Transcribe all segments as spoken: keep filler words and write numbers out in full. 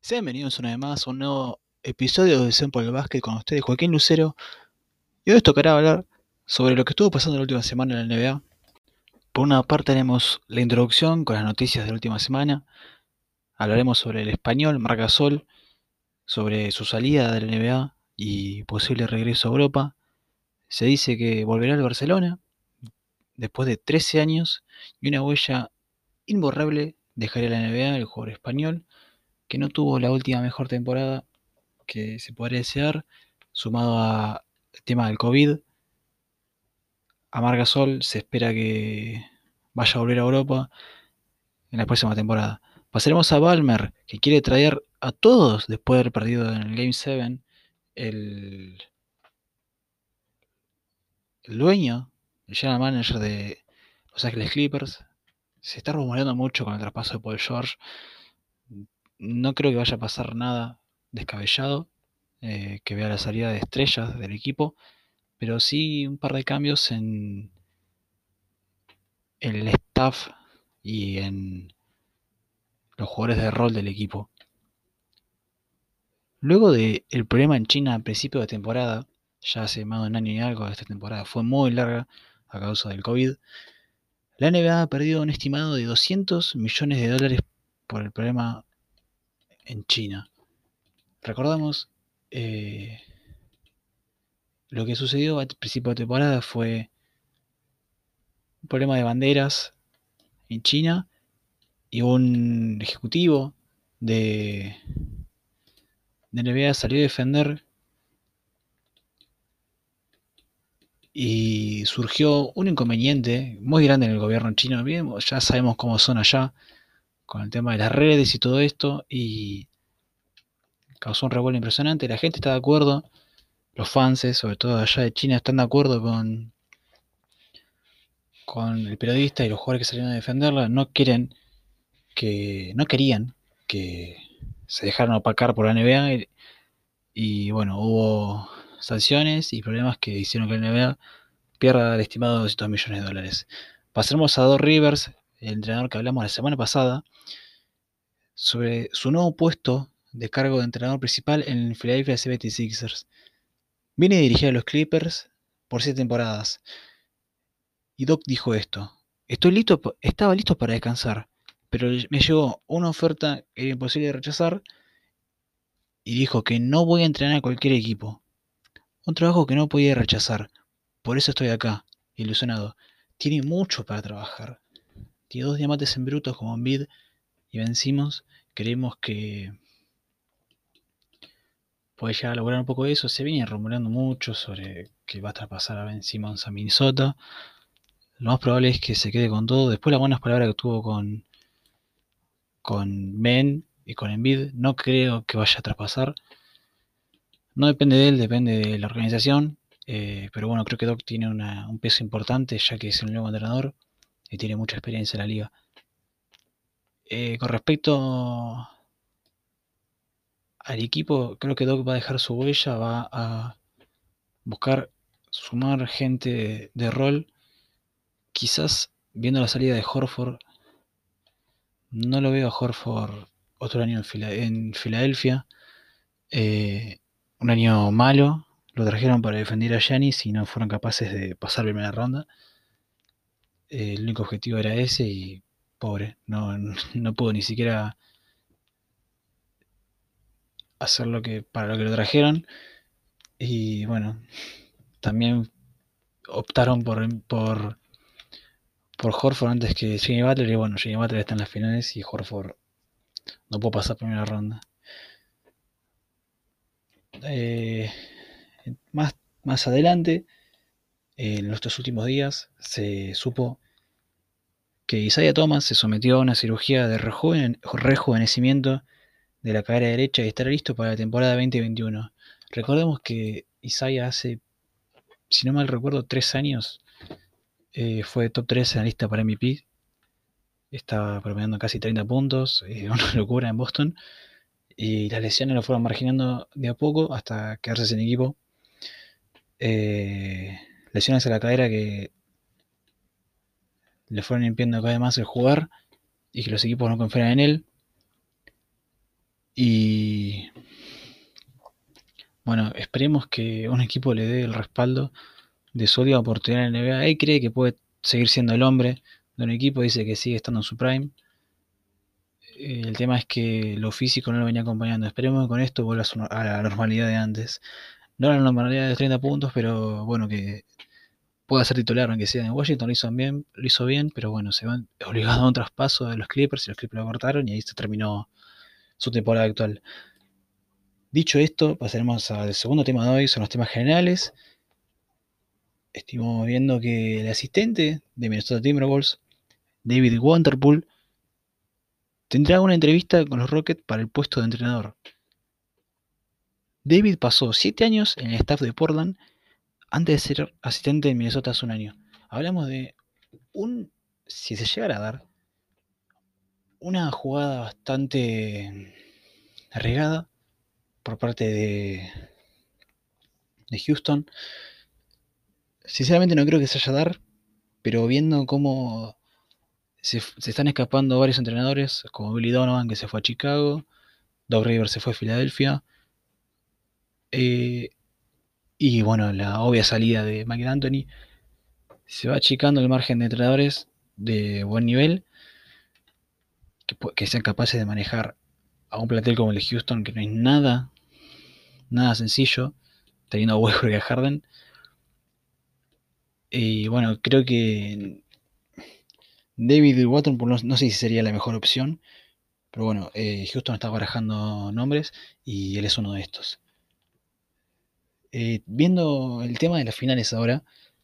Sean bienvenidos una vez más a un nuevo episodio de Zen por el Básquet con ustedes, Joaquín Lucero. Y hoy nos tocará hablar sobre lo que estuvo pasando la última semana en la N B A. Por una parte tenemos la introducción con las noticias de la última semana. Hablaremos sobre el español Marc Gasol, sobre su salida de la N B A y posible regreso a Europa. Se dice que volverá al Barcelona después de trece años y una huella imborrable dejaría la N B A el jugador español, que no tuvo la última mejor temporada que se podría desear, sumado al tema del COVID. A Marc Gasol se espera que vaya a volver a Europa en la próxima temporada. Pasaremos a Ballmer, que quiere traer a todos después de haber perdido en el Game siete. El, el dueño, el general manager de Los Ángeles Clippers, se está rumoreando mucho con el traspaso de Paul George. No creo que vaya a pasar nada descabellado, eh, que vea la salida de estrellas del equipo, pero sí un par de cambios en, en el staff y en los jugadores de rol del equipo. Luego del problema en China a principio de temporada, ya hace más de un año y algo, esta temporada fue muy larga a causa del COVID, la N B A ha perdido un estimado de doscientos millones de dólares por el problema en China. Recordamos, eh, lo que sucedió al principio de temporada fue un problema de banderas en China y un ejecutivo de, de N B A salió a defender y surgió un inconveniente muy grande en el gobierno chino. Bien, ya sabemos cómo son allá con el tema de las redes y todo esto, y causó un revuelo impresionante. La gente está de acuerdo, los fans, sobre todo allá de China, están de acuerdo con, con el periodista y los jugadores que salieron a defenderla. No quieren que, no querían que se dejaran opacar por la N B A y, y bueno, hubo sanciones y problemas que hicieron que la N B A pierda el estimado de doscientos millones de dólares. Pasemos a Doc Rivers, el entrenador que hablamos la semana pasada, sobre su nuevo puesto de cargo de entrenador principal en el Philadelphia setenta y seis ers. Viene a dirigir a los Clippers por siete temporadas. Y Doc dijo esto: Estoy listo, estaba listo para descansar, pero me llegó una oferta que era imposible de rechazar y dijo que no voy a entrenar a cualquier equipo. Un trabajo que no podía rechazar. Por eso estoy acá, ilusionado. Tiene mucho para trabajar. Tiene dos diamantes en brutos como Embiid y Ben Simmons. Creemos que puede llegar a lograr un poco de eso. Se viene rumoreando mucho sobre que va a traspasar a Ben Simmons a Minnesota. Lo más probable es que se quede con todo. Después las buenas palabras que tuvo con, con Ben y con Embiid, no creo que vaya a traspasar. No depende de él, depende de la organización. Eh, pero bueno, creo que Doc tiene una, un peso importante, ya que es el nuevo entrenador y tiene mucha experiencia en la liga. Eh, con respecto al equipo, creo que Doc va a dejar su huella, va a buscar sumar gente de, de rol. Quizás viendo la salida de Horford, no lo veo a Horford otro año en, Fila, en Filadelfia. Eh, un año malo, lo trajeron para defender a Giannis y no fueron capaces de pasar primera ronda. Eh, el único objetivo era ese y pobre, no, no pudo ni siquiera hacer lo que para lo que lo trajeron. Y bueno, también optaron por, por, por Horford antes que Jimmy Butler. Y bueno, Jimmy Butler está en las finales y Horford no pudo pasar primera ronda. Eh, más, más adelante, eh, en estos últimos días, se supo que Isaiah Thomas se sometió a una cirugía de rejuven, rejuvenecimiento de la cadera derecha y estará listo para la temporada veinte veintiuno. Recordemos que Isaiah hace, si no mal recuerdo, tres años eh, fue top tres en la lista para M V P. Estaba promediando casi treinta puntos, eh, una locura en Boston. Y las lesiones lo fueron marginando de a poco hasta quedarse sin equipo. Eh, lesiones a la cadera que le fueron impidiendo cada vez más el jugar y que los equipos no confían en él. Y bueno, esperemos que un equipo le dé el respaldo de su última oportunidad en la N B A. Él cree que puede seguir siendo el hombre de un equipo, dice que sigue estando en su prime. Eh, el tema es que lo físico no lo venía acompañando. Esperemos que con esto vuelva a, su, a la normalidad de antes. No a la normalidad de treinta puntos, pero bueno, que pueda ser titular, aunque sea en Washington, lo hizo bien, lo hizo bien, pero bueno, se van obligado a un traspaso de los Clippers y los Clippers lo cortaron y ahí se terminó su temporada actual. Dicho esto, pasaremos al segundo tema de hoy, son los temas generales. Estuvimos viendo que el asistente de Minnesota Timberwolves, David Wonderpool, tendrá una entrevista con los Rockets para el puesto de entrenador. David pasó siete años en el staff de Portland antes de ser asistente de Minnesota hace un año. Hablamos de un, si se llegara a dar, una jugada bastante arriesgada por parte de, de Houston. Sinceramente no creo que se haya a dar, pero viendo cómo se, se están escapando varios entrenadores, como Billy Donovan que se fue a Chicago, Doc Rivers se fue a Filadelfia, eh, y bueno, la obvia salida de Mike D'Antoni, se va achicando el margen de entrenadores de buen nivel que, que sean capaces de manejar a un plantel como el de Houston, que no es nada, nada sencillo, teniendo a Westbrook y a Harden. Y bueno, creo que David Wattenpool no, no sé si sería la mejor opción, pero bueno, eh, Houston está barajando nombres y él es uno de estos. Eh, viendo el tema de las finales ahora,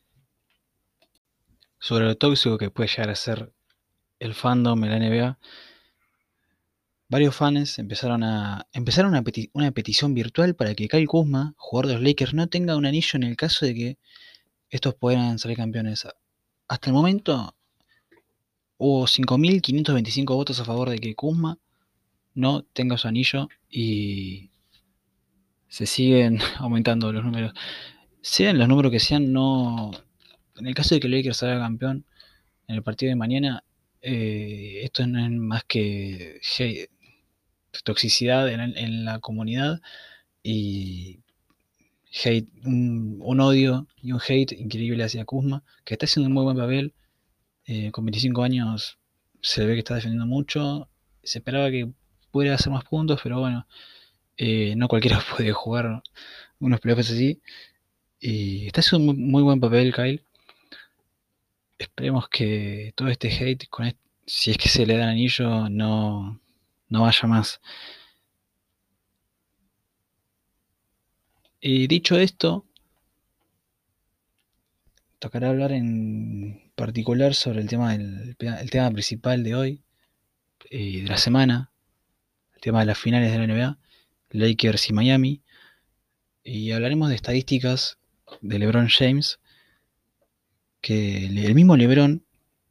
sobre lo tóxico que puede llegar a ser el fandom en la N B A, varios fans empezaron a empezaron una, peti una petición virtual para que Kyle Kuzma, jugador de los Lakers, no tenga un anillo en el caso de que estos puedan salir campeones. Hasta el momento hubo cinco mil quinientos veinticinco votos a favor de que Kuzma no tenga su anillo y se siguen aumentando los números. Sean los números que sean, no. En el caso de que el Lakers salga campeón en el partido de mañana, eh, esto no es más que hate, toxicidad en, en, la comunidad y hate, un, un, odio y un hate increíble hacia Kuzma, que está haciendo un muy buen papel. Eh, con veinticinco años se ve que está defendiendo mucho. Se esperaba que pudiera hacer más puntos, pero bueno, eh, no cualquiera puede jugar unos playoffs así. Y está haciendo un muy, muy buen papel Kyle. Esperemos que todo este hate, con este, si es que se le da el anillo, no, no vaya más. Y dicho esto, tocará hablar en particular sobre el tema del el tema principal de hoy, eh, de la semana, el tema de las finales de la N B A, Lakers y Miami. Y hablaremos de estadísticas de LeBron James, que el mismo LeBron,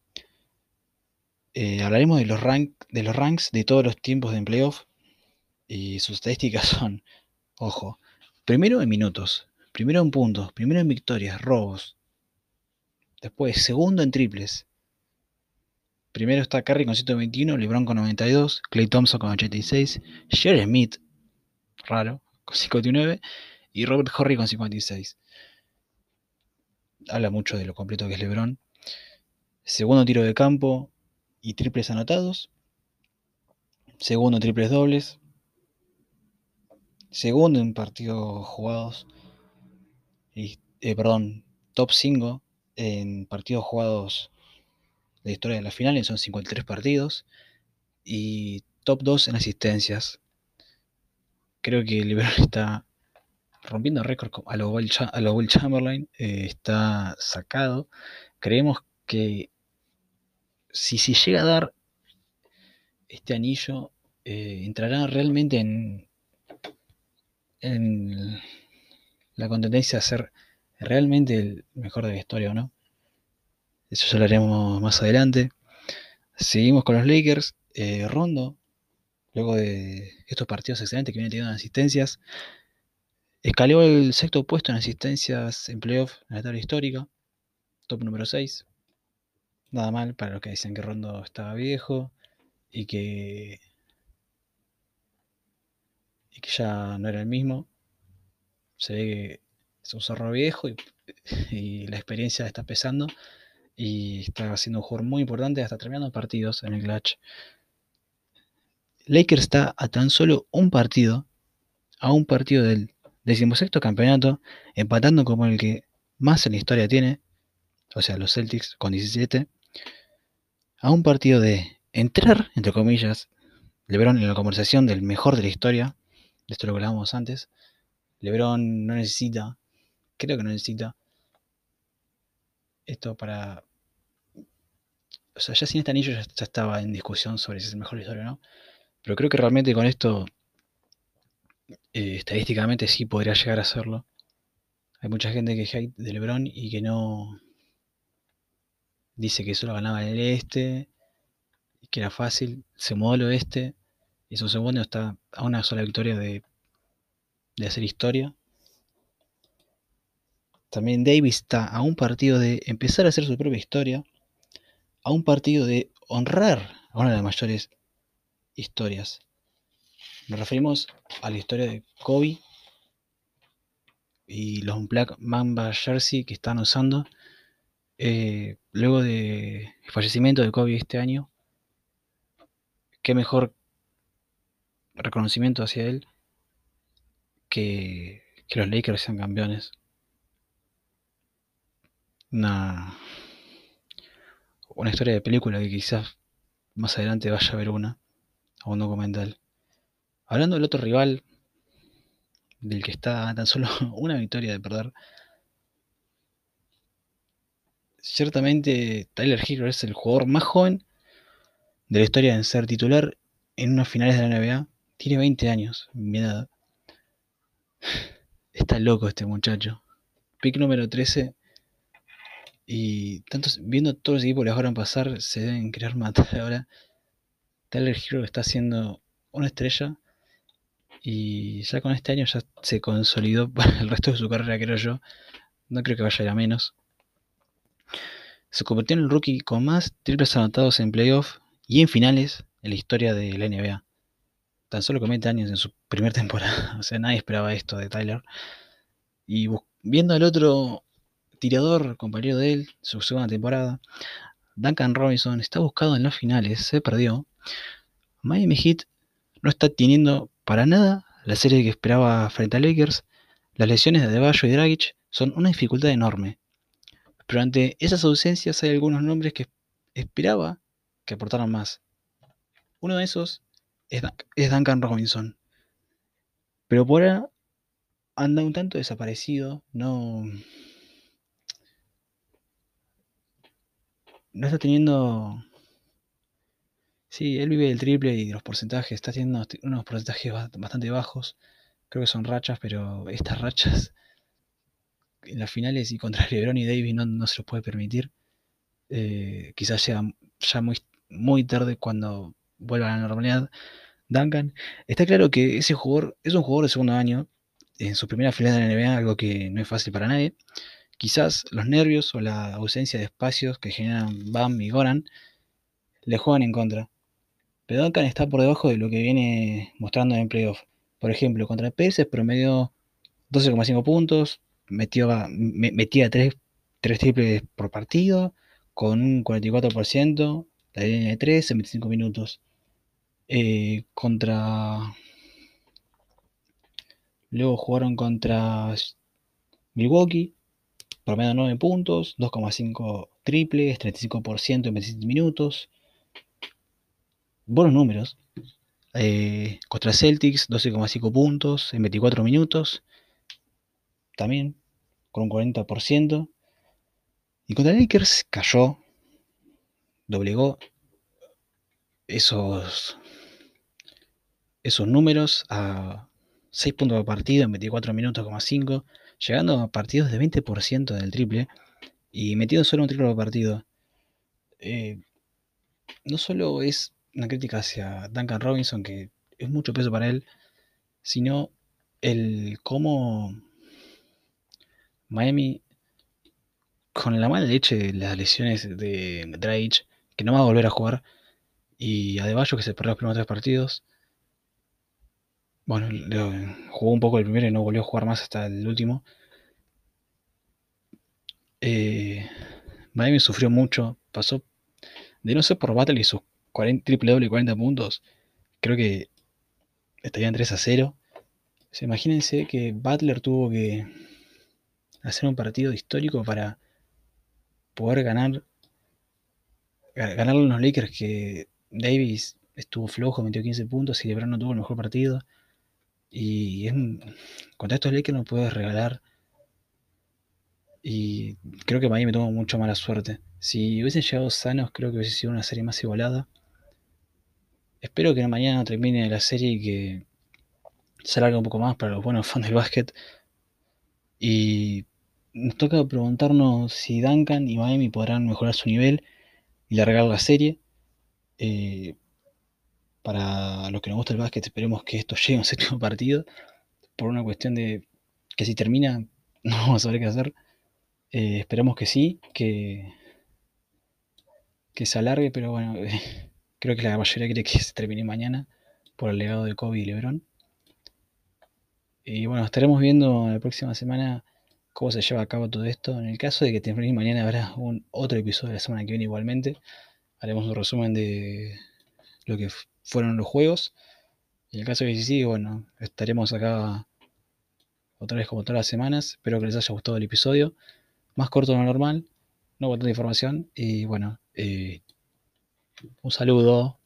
eh, hablaremos de los, rank, de los ranks de todos los tiempos de playoff, y sus estadísticas son, ojo, primero en minutos, primero en puntos, primero en victorias, robos, después segundo en triples. Primero está Curry con ciento veintiuno, LeBron con noventa y dos, Klay Thompson con ochenta y seis, J R Smith, raro, con cincuenta y nueve, y Robert Horry con cincuenta y seis. Habla mucho de lo completo que es LeBron. Segundo tiro de campo y triples anotados. Segundo en triples dobles. Segundo en partidos jugados. Y, eh, perdón, top cinco en partidos jugados de la historia de las finales, son cincuenta y tres partidos. Y top dos en asistencias. Creo que LeBron está rompiendo récord a lo Will, a lo Will Chamberlain. Eh, está sacado. Creemos que si se si llega a dar este anillo, eh, entrará realmente en, en la contendencia a ser realmente el mejor de la historia o no. Eso ya lo haremos más adelante. Seguimos con los Lakers. Eh, Rondo, luego de estos partidos excelentes que viene teniendo en asistencias, escaló el sexto puesto en asistencias en playoff en la tabla histórica. Top número seis. Nada mal para los que dicen que Rondo estaba viejo y que y que ya no era el mismo. Se ve que es un zorro viejo y, y la experiencia está pesando y está siendo un jugador muy importante hasta terminando partidos en el clutch. Lakers está a tan solo un partido, a un partido del decimosexto campeonato, empatando como el que más en la historia tiene, o sea, los Celtics con diecisiete, a un partido de entrar, entre comillas, LeBron en la conversación del mejor de la historia, de esto lo que hablábamos antes. LeBron no necesita, creo que no necesita esto para... O sea, ya sin este anillo ya, ya estaba en discusión sobre si es el mejor de la historia o no, pero creo que realmente con esto, eh, estadísticamente sí podría llegar a serlo. Hay mucha gente que hate de LeBron y que no dice que solo ganaba en el este, y que era fácil, se mudó al oeste, y su segundo está a una sola victoria de, de hacer historia. También Davis está a un partido de empezar a hacer su propia historia, a un partido de honrar a una de las mayores historias. Nos referimos a la historia de Kobe y los Black Mamba Jersey que están usando eh, luego del fallecimiento de Kobe este año. Qué mejor reconocimiento hacia él que, que los Lakers sean campeones. Una, una historia de película que quizás más adelante vaya a ver una, o un documental. Hablando del otro rival, del que está tan solo una victoria de perder, ciertamente Tyler Hero es el jugador más joven de la historia en ser titular en unas finales de la N B A. Tiene veinte años, mi edad. Está loco este muchacho. Pick número trece. Y tantos, viendo todos los equipos que le dejaron pasar, se deben querer matar ahora. Tyler Hero está haciendo una estrella. Y ya con este año ya se consolidó para el resto de su carrera, creo yo. No creo que vaya a ir a menos. Se convirtió en el rookie con más triples anotados en playoff y en finales en la historia de la N B A. Tan solo con veinte años en su primera temporada. O sea, nadie esperaba esto de Tyler. Y viendo al otro tirador, compañero de él, su segunda temporada, Duncan Robinson está buscado en las finales, se perdió. Miami Heat no está teniendo para nada la serie que esperaba frente a Lakers. Las lesiones de Adebayo y Dragic son una dificultad enorme. Pero ante esas ausencias hay algunos nombres que esperaba que aportaran más. Uno de esos es, Dun es Duncan Robinson. Pero por ahora anda un tanto desaparecido, no, no está teniendo... Sí, él vive del triple y de los porcentajes, está teniendo unos porcentajes bastante bajos. Creo que son rachas, pero estas rachas en las finales y contra LeBron y Davis no, no se los puede permitir. Eh, quizás llega ya muy, muy tarde cuando vuelva a la normalidad. Duncan, está claro que ese jugador es un jugador de segundo año, en su primera final de la N B A, algo que no es fácil para nadie. Quizás los nervios o la ausencia de espacios que generan Bam y Goran le juegan en contra. Pero Duncan está por debajo de lo que viene mostrando en playoff. Por ejemplo, contra Pacers promedió doce coma cinco puntos, metió, metía tres triples por partido, con un cuarenta y cuatro por ciento, la línea de tres en veinticinco minutos. Eh, contra... Luego jugaron contra Milwaukee, promedio nueve puntos, dos coma cinco triples, treinta y cinco por ciento en veintisiete minutos. Buenos números. Eh, contra Celtics, doce coma cinco puntos en veinticuatro minutos. También con un cuarenta por ciento. Y contra Lakers cayó, doblegó esos, esos números a seis puntos por partido en veinticuatro minutos, cinco, llegando a partidos de veinte por ciento del triple y metiendo solo un triple por partido. Eh, no solo es una crítica hacia Duncan Robinson, que es mucho peso para él, sino el cómo Miami, con la mala leche de las lesiones de Dragic, que no va a volver a jugar, y Adebayo, que se perdió los primeros tres partidos, Bueno, lo- jugó un poco el primero y no volvió a jugar más hasta el último. Eh, Miami sufrió mucho, pasó de no ser por Battle y sus cuarenta, triple doble y cuarenta puntos, creo que estarían tres a cero. O sea, imagínense que Butler tuvo que hacer un partido histórico para poder ganar, ganarle a los Lakers, que Davis estuvo flojo, metió quince puntos y LeBron no tuvo el mejor partido. Y es un, contra estos Lakers no puedes regalar. Y creo que Miami tuvo mucho mala suerte. Si hubiesen llegado sanos, creo que hubiese sido una serie más igualada. Espero que mañana no termine la serie y que se alargue un poco más para los buenos fans del básquet. Y nos toca preguntarnos si Duncan y Miami podrán mejorar su nivel y largar la serie. Eh, para los que nos gusta el básquet, esperemos que esto llegue a un séptimo partido. Por una cuestión de que si termina, no vamos a saber qué hacer. Eh, esperemos que sí, que, que se alargue, pero bueno, eh, creo que la mayoría quiere que se termine mañana por el legado de Kobe y LeBron. Y bueno, estaremos viendo la próxima semana cómo se lleva a cabo todo esto. En el caso de que termine mañana, habrá un otro episodio de la semana que viene igualmente. Haremos un resumen de lo que fueron los juegos. Y en el caso de que sí, sí, bueno, estaremos acá otra vez como todas las semanas. Espero que les haya gustado el episodio. Más corto de lo normal, no con tanta información. Y bueno, eh, un saludo.